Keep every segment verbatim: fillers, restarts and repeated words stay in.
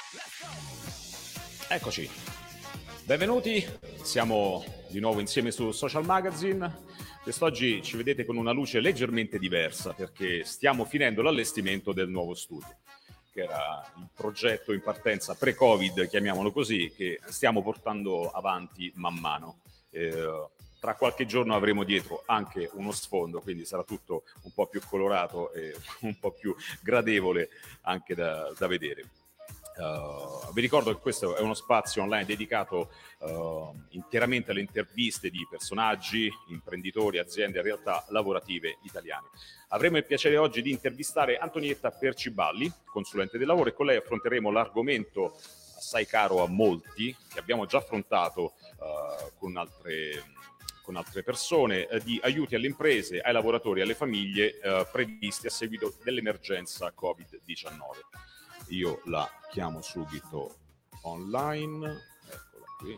Eccoci, benvenuti, siamo di nuovo insieme su Social Magazine. Quest'oggi ci vedete con una luce leggermente diversa perché stiamo finendo l'allestimento del nuovo studio, che era il progetto in partenza pre-Covid, chiamiamolo così, che stiamo portando avanti man mano. Eh, tra qualche giorno avremo dietro anche uno sfondo, quindi sarà tutto un po' più colorato e un po' più gradevole anche da, da vedere. Uh, vi ricordo che questo è uno spazio online dedicato uh, interamente alle interviste di personaggi, imprenditori, aziende e realtà lavorative italiane. Avremo il piacere oggi di intervistare Antonietta Perciballi, consulente del lavoro, e con lei affronteremo l'argomento assai caro a molti, che abbiamo già affrontato uh, con altre, con altre persone, eh, di aiuti alle imprese, ai lavoratori e alle famiglie eh, previsti a seguito dell'emergenza covid diciannove. Io la chiamo subito online, eccola qui.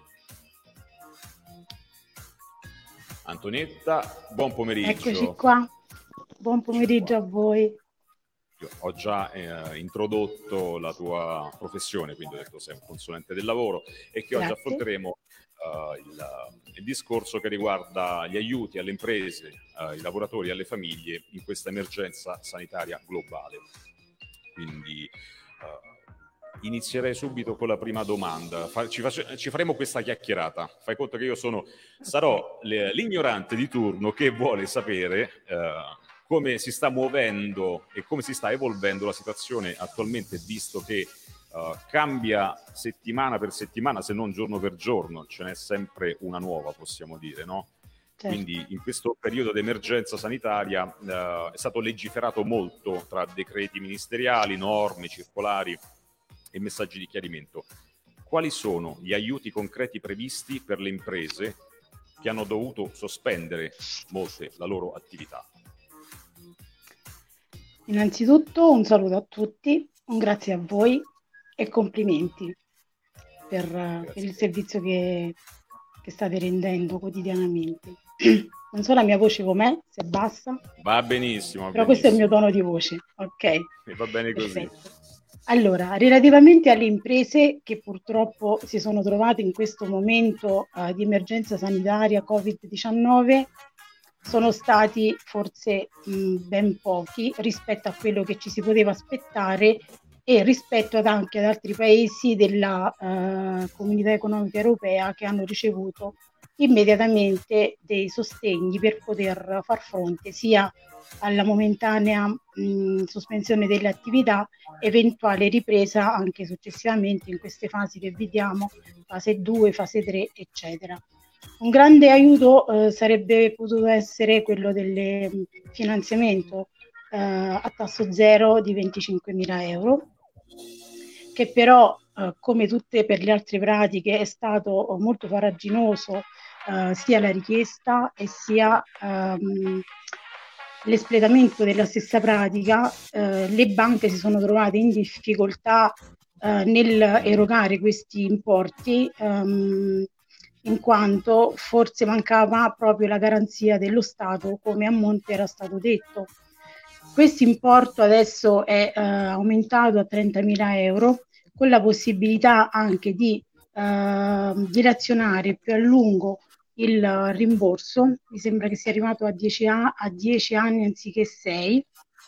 Antonietta, buon pomeriggio. Eccoci qua, buon pomeriggio a voi. Io ho già eh, introdotto la tua professione, quindi ho detto sei un consulente del lavoro, e che Grazie. Oggi affronteremo uh, il, il discorso che riguarda gli aiuti alle imprese, uh, ai lavoratori e alle famiglie in questa emergenza sanitaria globale. Quindi Uh, inizierei subito con la prima domanda. Fa, ci, face, ci faremo questa chiacchierata. Fai conto che io sono, sarò le, l'ignorante di turno che vuole sapere uh, come si sta muovendo e come si sta evolvendo la situazione attualmente, visto che uh, cambia settimana per settimana, se non giorno per giorno. Ce n'è sempre una nuova, possiamo dire, no? Certo. Quindi in questo periodo di emergenza sanitaria eh, è stato legiferato molto tra decreti ministeriali, norme, circolari e messaggi di chiarimento. Quali sono gli aiuti concreti previsti per le imprese che hanno dovuto sospendere molte la loro attività? Innanzitutto un saluto a tutti, un grazie a voi e complimenti per, per il servizio che, che state rendendo quotidianamente. Non so la mia voce com'è, se è bassa. Va benissimo. Va però benissimo. Questo è il mio tono di voce, ok? E va bene Perfetto. Così. Allora, relativamente alle imprese che purtroppo si sono trovate in questo momento uh, di emergenza sanitaria covid diciannove, sono stati forse mh, ben pochi rispetto a quello che ci si poteva aspettare e rispetto ad anche ad altri paesi della uh, Comunità Economica Europea che hanno ricevuto immediatamente dei sostegni per poter far fronte sia alla momentanea mh, sospensione delle attività, eventuale ripresa anche successivamente in queste fasi che vediamo, fase due, fase tre, eccetera. Un grande aiuto eh, sarebbe potuto essere quello del finanziamento eh, a tasso zero di venticinquemila euro, che però, eh, come tutte per le altre pratiche, è stato molto farraginoso eh, sia la richiesta e sia ehm, l'espletamento della stessa pratica. Eh, le banche si sono trovate in difficoltà eh, nel erogare questi importi ehm, in quanto forse mancava proprio la garanzia dello Stato come a monte era stato detto. Questo importo adesso è eh, aumentato a trentamila euro con la possibilità anche di eh, dilazionare più a lungo il rimborso. Mi sembra che sia arrivato a dieci anni anziché sei,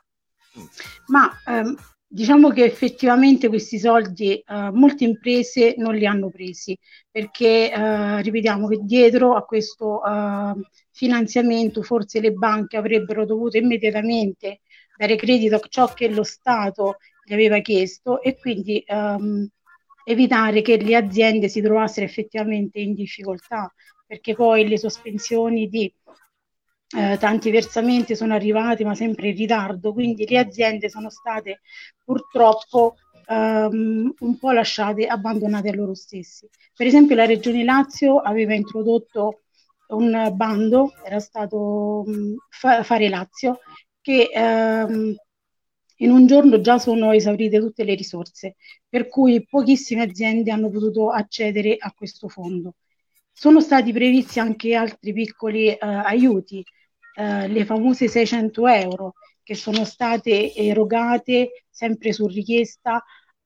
ma ehm, diciamo che effettivamente questi soldi eh, molte imprese non li hanno presi perché eh, ripetiamo che dietro a questo eh, finanziamento forse le banche avrebbero dovuto immediatamente dare credito a ciò che lo Stato gli aveva chiesto e quindi ehm, evitare che le aziende si trovassero effettivamente in difficoltà, perché poi le sospensioni di eh, tanti versamenti sono arrivati ma sempre in ritardo, quindi le aziende sono state purtroppo ehm, un po' lasciate, abbandonate a loro stessi. Per esempio la Regione Lazio aveva introdotto un bando, era stato mh, Fare Lazio, che ehm, in un giorno già sono esaurite tutte le risorse, per cui pochissime aziende hanno potuto accedere a questo fondo. Sono stati previsti anche altri piccoli eh, aiuti, eh, le famose seicento euro che sono state erogate sempre su richiesta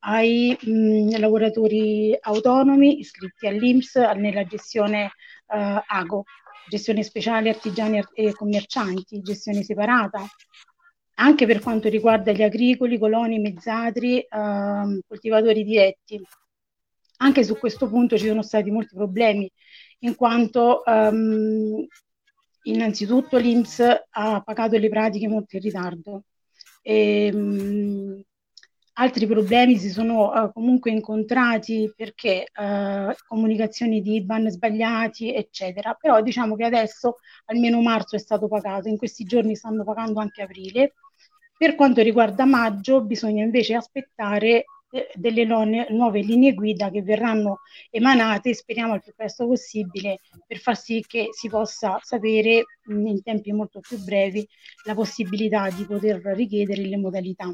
ai mh, lavoratori autonomi iscritti all'I N P S nella gestione eh, AGO, gestione speciale artigiani e commercianti, gestione separata, anche per quanto riguarda gli agricoli, coloni, mezzadri, ehm, coltivatori diretti. Anche su questo punto ci sono stati molti problemi, in quanto ehm, innanzitutto l'I N P S ha pagato le pratiche molto in ritardo. E, mh, altri problemi si sono uh, comunque incontrati perché uh, comunicazioni di I B A N sbagliati, eccetera. Però diciamo che adesso almeno marzo è stato pagato, in questi giorni stanno pagando anche aprile. Per quanto riguarda maggio bisogna invece aspettare eh, delle non- nuove linee guida che verranno emanate, speriamo al più presto possibile, per far sì che si possa sapere mh, in tempi molto più brevi la possibilità di poter richiedere le modalità.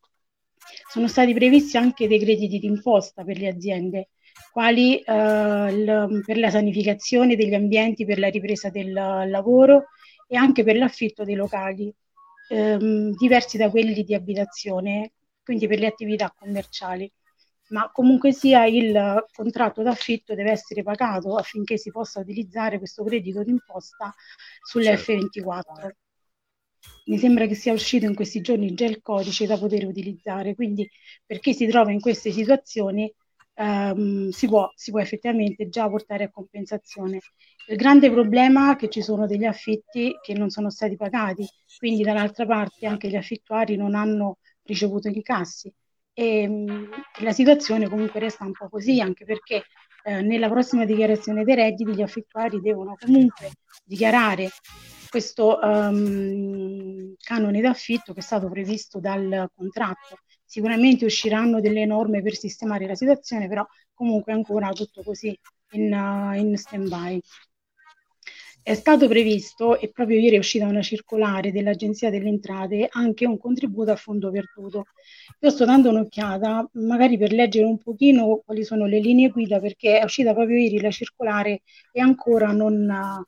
Sono stati previsti anche dei crediti d'imposta per le aziende, quali eh, il, per la sanificazione degli ambienti, per la ripresa del lavoro e anche per l'affitto dei locali, ehm, diversi da quelli di abitazione, quindi per le attività commerciali. Ma comunque sia il contratto d'affitto deve essere pagato affinché si possa utilizzare questo credito d'imposta sull'F ventiquattro. Mi sembra che sia uscito in questi giorni già il codice da poter utilizzare, quindi per chi si trova in queste situazioni ehm, si può, si può effettivamente già portare a compensazione. Il grande problema è che ci sono degli affitti che non sono stati pagati, quindi dall'altra parte anche gli affittuari non hanno ricevuto incassi e mh, la situazione comunque resta un po' così, anche perché eh, nella prossima dichiarazione dei redditi gli affittuari devono comunque dichiarare questo um, canone d'affitto che è stato previsto dal contratto. Sicuramente usciranno delle norme per sistemare la situazione, però comunque è ancora tutto così in, uh, in stand-by. È stato previsto, e proprio ieri è uscita una circolare dell'Agenzia delle Entrate, anche un contributo a fondo perduto. Io sto dando un'occhiata, magari per leggere un pochino quali sono le linee guida, perché è uscita proprio ieri la circolare e ancora non,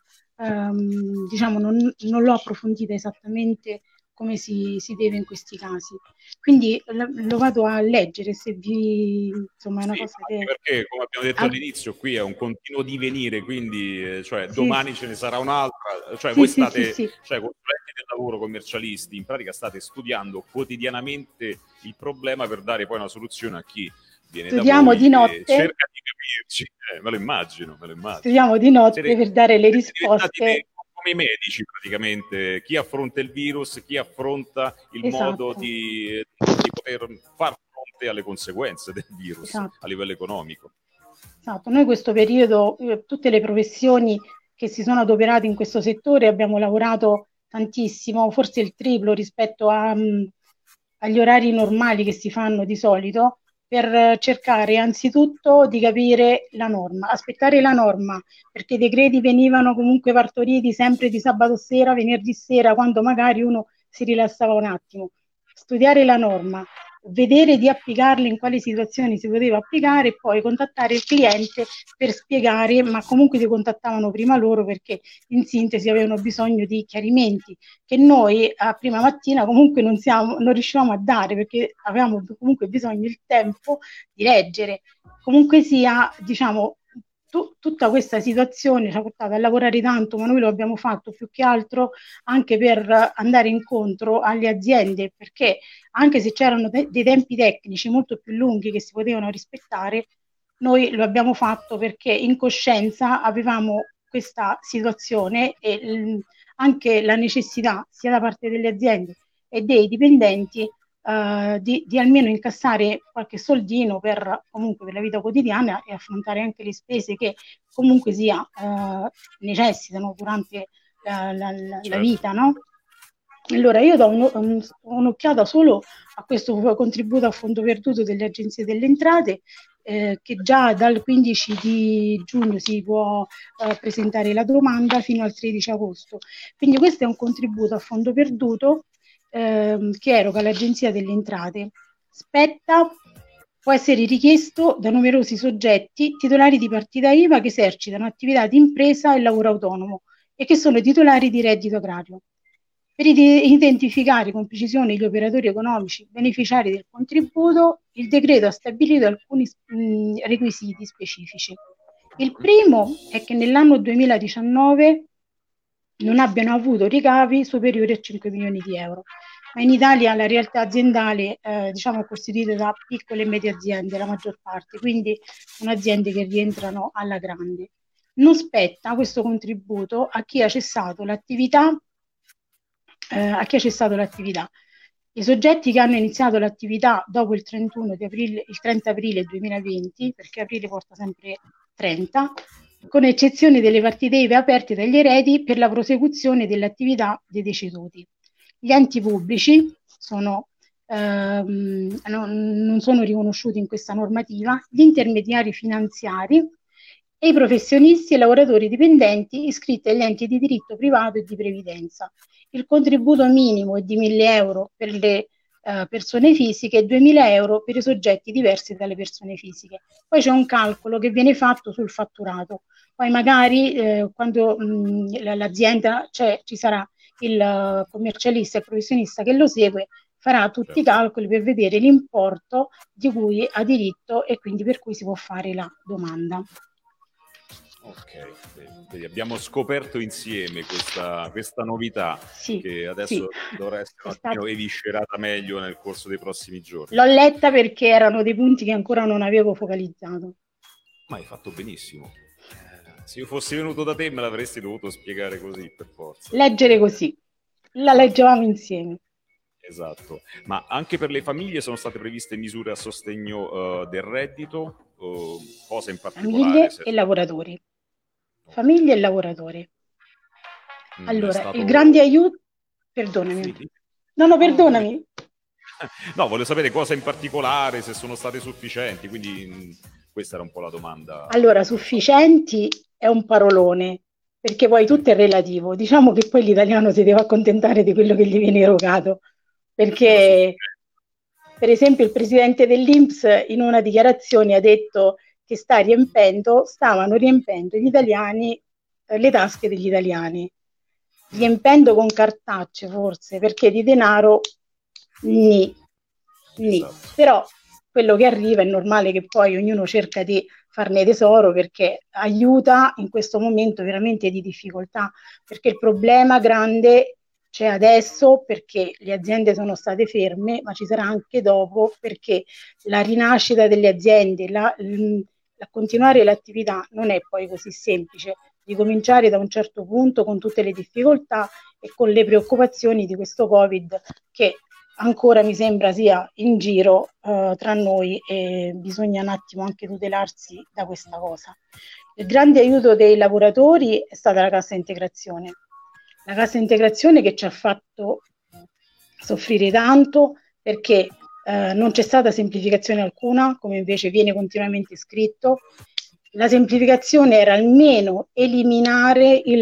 ehm, diciamo, non, non l'ho approfondita esattamente come si, si deve in questi casi. Quindi lo, lo vado a leggere, se vi, insomma, è una Sì, cosa anche che... perché, come abbiamo detto An- all'inizio, qui è un continuo divenire, quindi eh, cioè, sì, domani ce ne sarà un'altra. Cioè, sì, voi sì, sì, state, sì. cioè, consulenti del lavoro, commercialisti, in pratica state studiando quotidianamente il problema per dare poi una soluzione a chi viene da Studiamo voi di e notte, cerca di capirci. Eh, me lo immagino, me lo immagino. studiamo di notte Siete, per dare le siete diventati dei- risposte. come i medici, praticamente. Chi affronta il virus, chi affronta il modo Esatto, di, di poter far fronte alle conseguenze del virus a esatto, livello economico. esatto. Noi questo periodo, eh, tutte le professioni che si sono adoperate in questo settore, abbiamo lavorato tantissimo, forse il triplo rispetto a, mh, agli orari normali che si fanno di solito, per eh, cercare anzitutto di capire la norma, aspettare la norma, perché i decreti venivano comunque partoriti sempre di sabato sera, venerdì sera, quando magari uno si rilassava un attimo. Studiare la norma, vedere di applicarla in quali situazioni si poteva applicare e poi contattare il cliente per spiegare, ma comunque ti contattavano prima loro perché in sintesi avevano bisogno di chiarimenti che noi a prima mattina comunque non, siamo, non riuscivamo a dare perché avevamo comunque bisogno del tempo di leggere. Comunque sia, diciamo, tu, tutta questa situazione ci ha portato a lavorare tanto, ma noi lo abbiamo fatto più che altro anche per andare incontro alle aziende, perché anche se c'erano de- dei tempi tecnici molto più lunghi che si potevano rispettare, noi lo abbiamo fatto perché in coscienza avevamo questa situazione e l- anche la necessità sia da parte delle aziende e dei dipendenti eh, di, di almeno incassare qualche soldino per comunque per la vita quotidiana e affrontare anche le spese che comunque sia eh, necessitano durante la, la, la, la Certo. vita, no? Allora, io do un- un- un'occhiata solo a questo contributo a fondo perduto delle agenzie delle entrate, eh, che già dal quindici di giugno si può eh, presentare la domanda fino al tredici agosto. Quindi questo è un contributo a fondo perduto ehm, che eroga l'Agenzia delle Entrate. Spetta, può essere richiesto da numerosi soggetti titolari di partita I V A che esercitano attività di impresa e lavoro autonomo e che sono titolari di reddito agrario. Per identificare con precisione gli operatori economici beneficiari del contributo, il decreto ha stabilito alcuni mh, requisiti specifici. Il primo è che nell'anno duemiladiciannove non abbiano avuto ricavi superiori a cinque milioni di euro, ma in Italia la realtà aziendale eh, diciamo, è costituita da piccole e medie aziende, la maggior parte, quindi sono aziende che rientrano alla grande. Non spetta questo contributo a chi ha cessato l'attività Eh, a chi ha cessato l'attività. I soggetti che hanno iniziato l'attività dopo il trentuno di aprile, il trenta aprile duemilaventi, perché aprile porta sempre trenta, con eccezione delle partite I V A aperte dagli eredi per la prosecuzione dell'attività dei deceduti. Gli enti pubblici sono, ehm, non, non sono riconosciuti in questa normativa, gli intermediari finanziari e i professionisti e lavoratori dipendenti iscritti agli enti di diritto privato e di previdenza. Il contributo minimo è di mille euro per le uh, persone fisiche e duemila euro per i soggetti diversi dalle persone fisiche. Poi c'è un calcolo che viene fatto sul fatturato. Poi magari eh, quando mh, l'azienda, cioè ci sarà il uh, commercialista e il professionista che lo segue, farà tutti certo. i calcoli per vedere l'importo di cui ha diritto e quindi per cui si può fare la domanda. Ok, quindi abbiamo scoperto insieme questa, questa novità sì, che adesso sì. dovrà essere un attimo eviscerata meglio nel corso dei prossimi giorni. L'ho letta perché erano dei punti che ancora non avevo focalizzato. Ma hai fatto benissimo. Se io fossi venuto da te me l'avresti dovuto spiegare così per forza. Leggere così. La leggevamo insieme. Esatto. Ma anche per le famiglie sono state previste misure a sostegno uh, del reddito? Uh, cosa in particolare? Famiglie se... e lavoratori. Famiglie e lavoratori. Mm, allora, stato... il grande aiuto... Perdonami. Sì. No, no, perdonami. No, voglio sapere cosa in particolare, se sono state sufficienti, quindi mh, questa era un po' la domanda. Allora, sufficienti è un parolone, perché poi tutto è relativo. Diciamo che poi l'italiano si deve accontentare di quello che gli viene erogato, perché per esempio il presidente dell'I N P S in una dichiarazione ha detto che sta riempendo, stavano riempendo gli italiani, eh, le tasche degli italiani, riempendo con cartacce forse, perché di denaro ni, ni. Esatto. Però quello che arriva è normale che poi ognuno cerca di farne tesoro perché aiuta in questo momento veramente di difficoltà, perché il problema grande c'è adesso perché le aziende sono state ferme, ma ci sarà anche dopo perché la rinascita delle aziende, la, la continuare l'attività non è poi così semplice, ricominciare da un certo punto con tutte le difficoltà e con le preoccupazioni di questo Covid che ancora mi sembra sia in giro uh, tra noi e bisogna un attimo anche tutelarsi da questa cosa. Il grande aiuto dei lavoratori è stata la cassa integrazione. La cassa integrazione che ci ha fatto soffrire tanto perché uh, non c'è stata semplificazione alcuna, come invece viene continuamente scritto. La semplificazione era almeno eliminare il,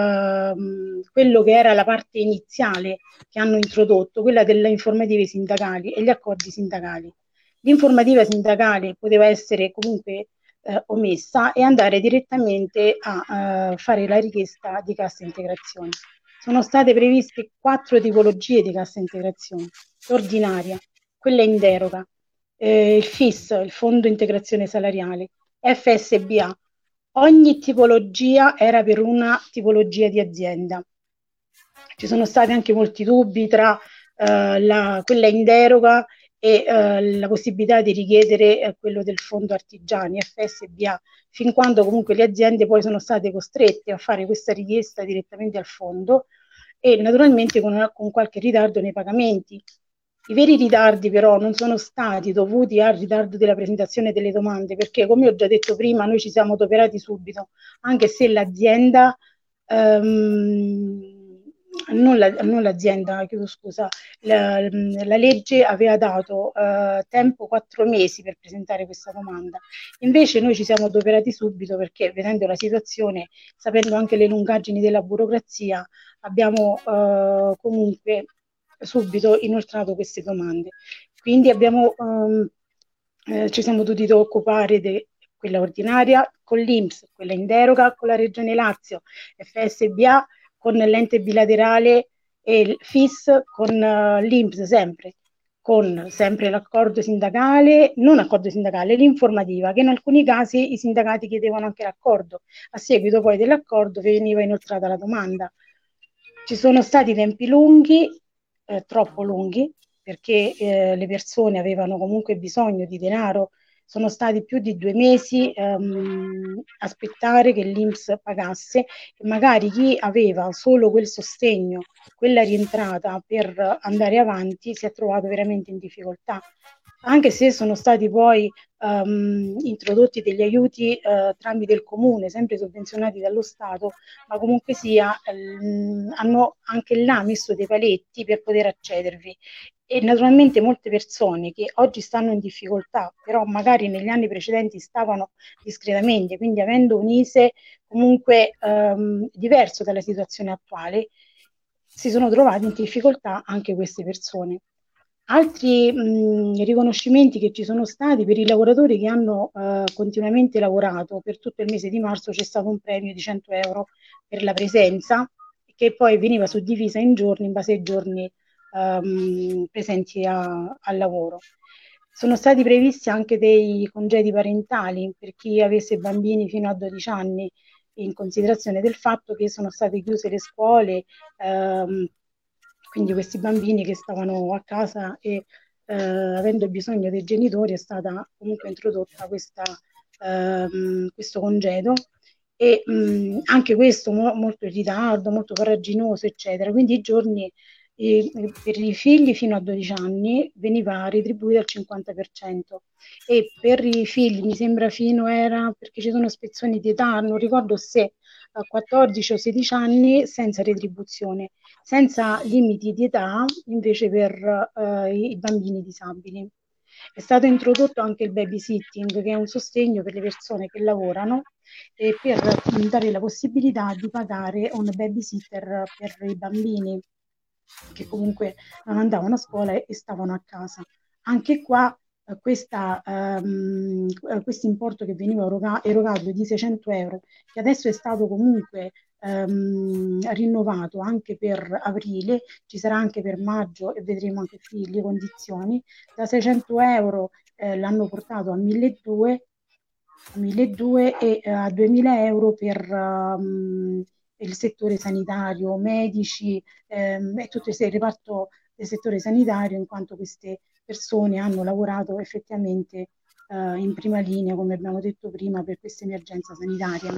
uh, quello che era la parte iniziale che hanno introdotto, quella delle informative sindacali e gli accordi sindacali. L'informativa sindacale poteva essere comunque uh, omessa e andare direttamente a uh, fare la richiesta di cassa integrazione. Sono state previste quattro tipologie di cassa integrazione: l'ordinaria, quella in deroga, eh, il F I S, il Fondo Integrazione Salariale, F S B A. Ogni tipologia era per una tipologia di azienda. Ci sono stati anche molti dubbi tra eh, la, quella in deroga e eh, la possibilità di richiedere eh, quello del fondo artigiani, F S B A, fin quando comunque le aziende poi sono state costrette a fare questa richiesta direttamente al fondo e naturalmente con, una, con qualche ritardo nei pagamenti. I veri ritardi però non sono stati dovuti al ritardo della presentazione delle domande, perché come ho già detto prima noi ci siamo adoperati subito, anche se l'azienda, ehm, non, la, non l'azienda, chiedo scusa, la, la legge aveva dato eh, tempo quattro mesi per presentare questa domanda. Invece noi ci siamo adoperati subito perché vedendo la situazione, sapendo anche le lungaggini della burocrazia, abbiamo eh, comunque subito inoltrato queste domande. Quindi abbiamo, um, eh, ci siamo dovuti occupare di quella ordinaria con l'I N P S, quella in deroga con la Regione Lazio, F S B A con l'ente bilaterale e il F I S con uh, l'I N P S sempre, con sempre l'accordo sindacale, non accordo sindacale, l'informativa, che in alcuni casi i sindacati chiedevano anche l'accordo, a seguito poi dell'accordo veniva inoltrata la domanda. Ci sono stati tempi lunghi, eh, troppo lunghi, perché eh, le persone avevano comunque bisogno di denaro. Sono stati più di due mesi ehm, aspettare che l'I N P S pagasse e magari chi aveva solo quel sostegno, quella rientrata per andare avanti, si è trovato veramente in difficoltà. Anche se sono stati poi um, introdotti degli aiuti uh, tramite il comune, sempre sovvenzionati dallo Stato, ma comunque sia, um, hanno anche là messo dei paletti per poter accedervi. E naturalmente molte persone che oggi stanno in difficoltà, però magari negli anni precedenti stavano discretamente, quindi avendo un I S E comunque um, diverso dalla situazione attuale, si sono trovati in difficoltà anche queste persone. Altri mh, riconoscimenti che ci sono stati per i lavoratori che hanno eh, continuamente lavorato per tutto il mese di marzo, c'è stato un premio di cento euro per la presenza, che poi veniva suddivisa in giorni in base ai giorni ehm, presenti a, al lavoro. Sono stati previsti anche dei congedi parentali per chi avesse bambini fino a dodici anni, in considerazione del fatto che sono state chiuse le scuole, ehm, quindi questi bambini che stavano a casa e eh, avendo bisogno dei genitori è stata comunque introdotta questa, ehm, questo congedo e mh, anche questo mo- molto in ritardo, molto farraginoso, eccetera. Quindi i giorni eh, per i figli fino a dodici anni veniva retribuito al cinquanta per cento e per i figli mi sembra fino era, perché ci sono spezzoni di età, non ricordo se a quattordici o sedici anni senza retribuzione, senza limiti di età invece per eh, i bambini disabili. È stato introdotto anche il babysitting, che è un sostegno per le persone che lavorano e per dare la possibilità di pagare un babysitter per i bambini che comunque non andavano a scuola e stavano a casa. Anche qua eh, questa, ehm, questo importo che veniva eroga- erogato di seicento euro, che adesso è stato comunque ehm, rinnovato anche per aprile, ci sarà anche per maggio e vedremo anche qui le condizioni, da seicento euro eh, l'hanno portato a milleduecento a milleduecento e eh, a duemila euro per um, il settore sanitario, medici ehm, e tutto il reparto del settore sanitario, in quanto queste persone hanno lavorato effettivamente eh, in prima linea, come abbiamo detto prima, per questa emergenza sanitaria.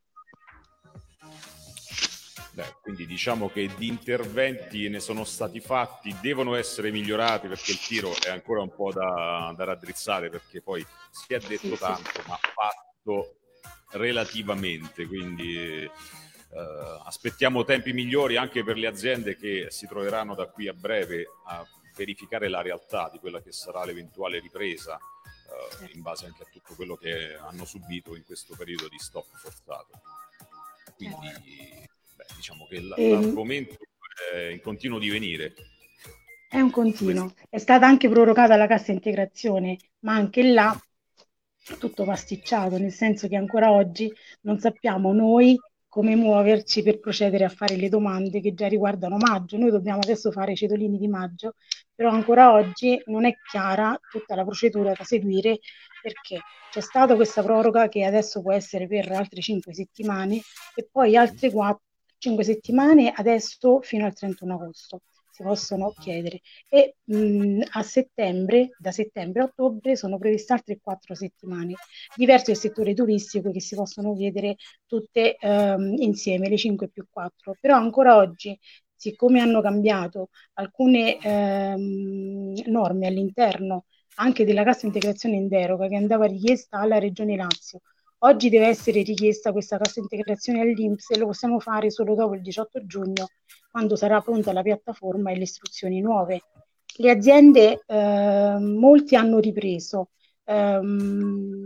Beh, quindi diciamo che di interventi ne sono stati fatti, devono essere migliorati perché il tiro è ancora un po' da, da raddrizzare, perché poi si è detto sì, tanto, sì. ma fatto relativamente, quindi eh, aspettiamo tempi migliori anche per le aziende che si troveranno da qui a breve a verificare la realtà di quella che sarà l'eventuale ripresa eh, in base anche a tutto quello che hanno subito in questo periodo di stop forzato. Quindi diciamo che l- ehm, l'argomento è in continuo divenire. È un continuo. È stata anche prorogata la cassa integrazione, ma anche là tutto pasticciato, nel senso che ancora oggi non sappiamo noi come muoverci per procedere a fare le domande che già riguardano maggio. Noi dobbiamo adesso fare i cedolini di maggio, però ancora oggi non è chiara tutta la procedura da seguire perché c'è stata questa proroga che adesso può essere per altre cinque settimane e poi altre quattro cinque settimane adesso fino al trentuno agosto si possono chiedere e mh, a settembre, da settembre a ottobre sono previste altre quattro settimane diverse del settore turistico che si possono chiedere tutte ehm, insieme, le cinque più quattro, però ancora oggi siccome hanno cambiato alcune ehm, norme all'interno anche della cassa integrazione in deroga che andava richiesta alla Regione Lazio. Oggi deve essere richiesta questa cassa integrazione all'I N P S e lo possiamo fare solo dopo il diciotto giugno, quando sarà pronta la piattaforma e le istruzioni nuove. Le aziende, eh, molti hanno ripreso, ehm,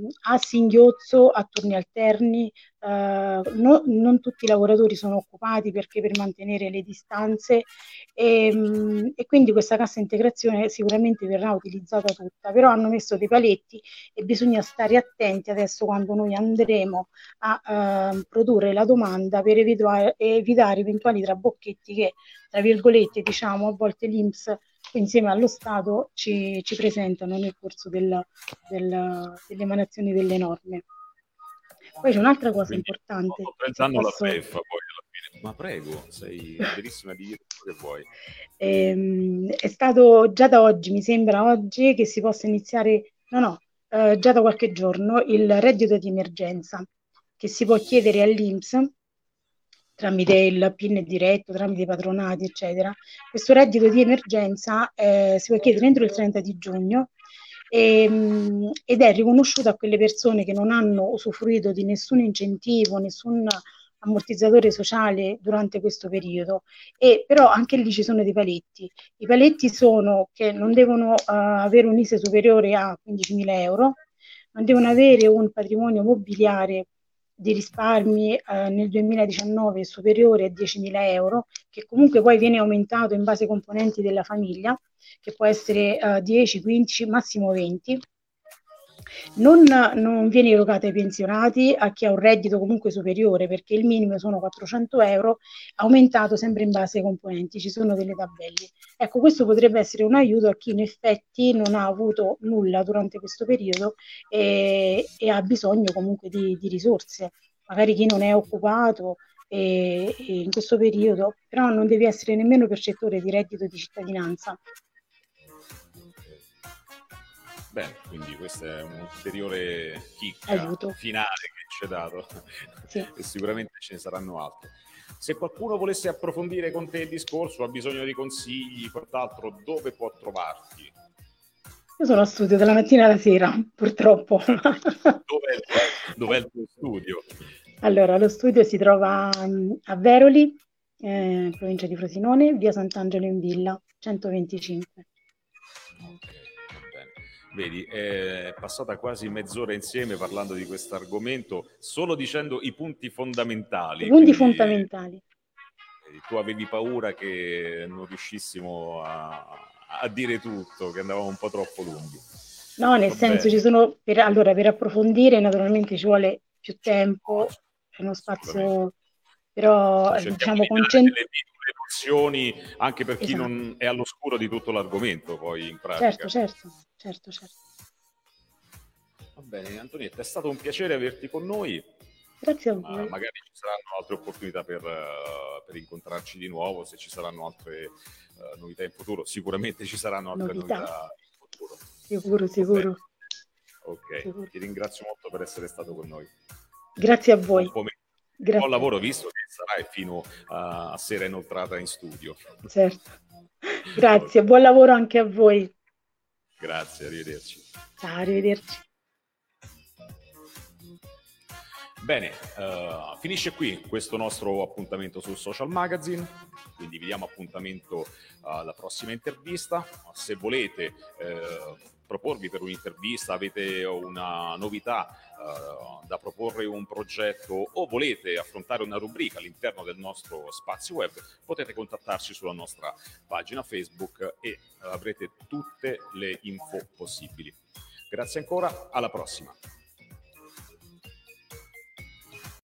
a singhiozzo, a turni alterni, eh, no, non tutti i lavoratori sono occupati perché per mantenere le distanze e, mh, e quindi questa cassa integrazione sicuramente verrà utilizzata tutta, però hanno messo dei paletti e bisogna stare attenti adesso quando noi andremo a eh, produrre la domanda per evitare, evitare eventuali trabocchetti che, tra virgolette, diciamo, a volte l'I N P S insieme allo Stato ci, ci presentano nel corso del, del, dell'emanazione delle norme. Poi c'è un'altra cosa Quindi, importante. sto prendendo posso... la beffa poi alla fine. Ma prego, sei liberissima di dire quello che vuoi. Ehm, è stato già da oggi, mi sembra oggi, che si possa iniziare, no no, eh, già da qualche giorno, il reddito di emergenza, che si può chiedere all'I N P S tramite il P I N diretto, tramite i patronati, eccetera. Questo reddito di emergenza eh, si può chiedere entro il trenta di giugno e, mh, ed è riconosciuto a quelle persone che non hanno usufruito di nessun incentivo, nessun ammortizzatore sociale durante questo periodo. E però anche lì ci sono dei paletti. I paletti sono che non devono uh, avere un I S E superiore a quindicimila euro, non devono avere un patrimonio mobiliare di risparmi eh, nel duemiladiciannove superiore a diecimila euro, che comunque poi viene aumentato in base ai componenti della famiglia, che può essere eh, dieci, quindici, massimo venti. Non, non viene erogata ai pensionati, a chi ha un reddito comunque superiore, perché il minimo sono quattrocento euro, aumentato sempre in base ai componenti, ci sono delle tabelle. Ecco, questo potrebbe essere un aiuto a chi in effetti non ha avuto nulla durante questo periodo e, e ha bisogno comunque di, di risorse, magari chi non è occupato e, e in questo periodo, però non devi essere nemmeno percettore di reddito di cittadinanza. Bene, quindi questa è un'ulteriore chicca Aiuto. finale che ci hai dato sì. e sicuramente ce ne saranno altre. Se qualcuno volesse approfondire con te il discorso, ha bisogno di consigli, quant'altro, dove può trovarti? Io sono a studio dalla mattina alla sera, purtroppo. Dov'è il tuo, dov'è il tuo studio? Allora, lo studio si trova a Veroli, eh, provincia di Frosinone, via Sant'Angelo in Villa, centoventicinque. Ok, va bene. Vedi, è passata quasi mezz'ora insieme parlando di questo argomento, solo dicendo i punti fondamentali. I punti quindi, fondamentali. Tu avevi paura che non riuscissimo a, a dire tutto, che andavamo un po' troppo lunghi. No, nel Va senso bene. ci sono, per, allora, per approfondire naturalmente ci vuole più tempo, c'è uno spazio, però Cerchiamo diciamo di dare concentrato. delle piccole nozioni anche per chi Esatto. non è all'oscuro di tutto l'argomento, poi in Certo, pratica. certo, certo, certo. Va bene, Antonietta, è stato un piacere averti con noi. Grazie a Ma voi. magari ci saranno altre opportunità per, uh, per incontrarci di nuovo, se ci saranno altre uh, novità in futuro. Sicuramente ci saranno altre novità, novità in futuro. Sicuro, sicuro. Ok, sicuro. Ti ringrazio molto per essere stato con noi. Grazie a voi. Buon, Grazie. Buon lavoro, visto che sarai fino a, a sera inoltrata in studio. Certo. Grazie, buon lavoro anche a voi. Grazie, arrivederci. Ciao, arrivederci. Bene, uh, finisce qui questo nostro appuntamento sul Social Magazine, quindi vi diamo appuntamento alla prossima intervista. Se volete eh, proporvi per un'intervista, avete una novità uh, da proporre, un progetto o volete affrontare una rubrica all'interno del nostro spazio web, potete contattarci sulla nostra pagina Facebook e avrete tutte le info possibili. Grazie ancora, alla prossima.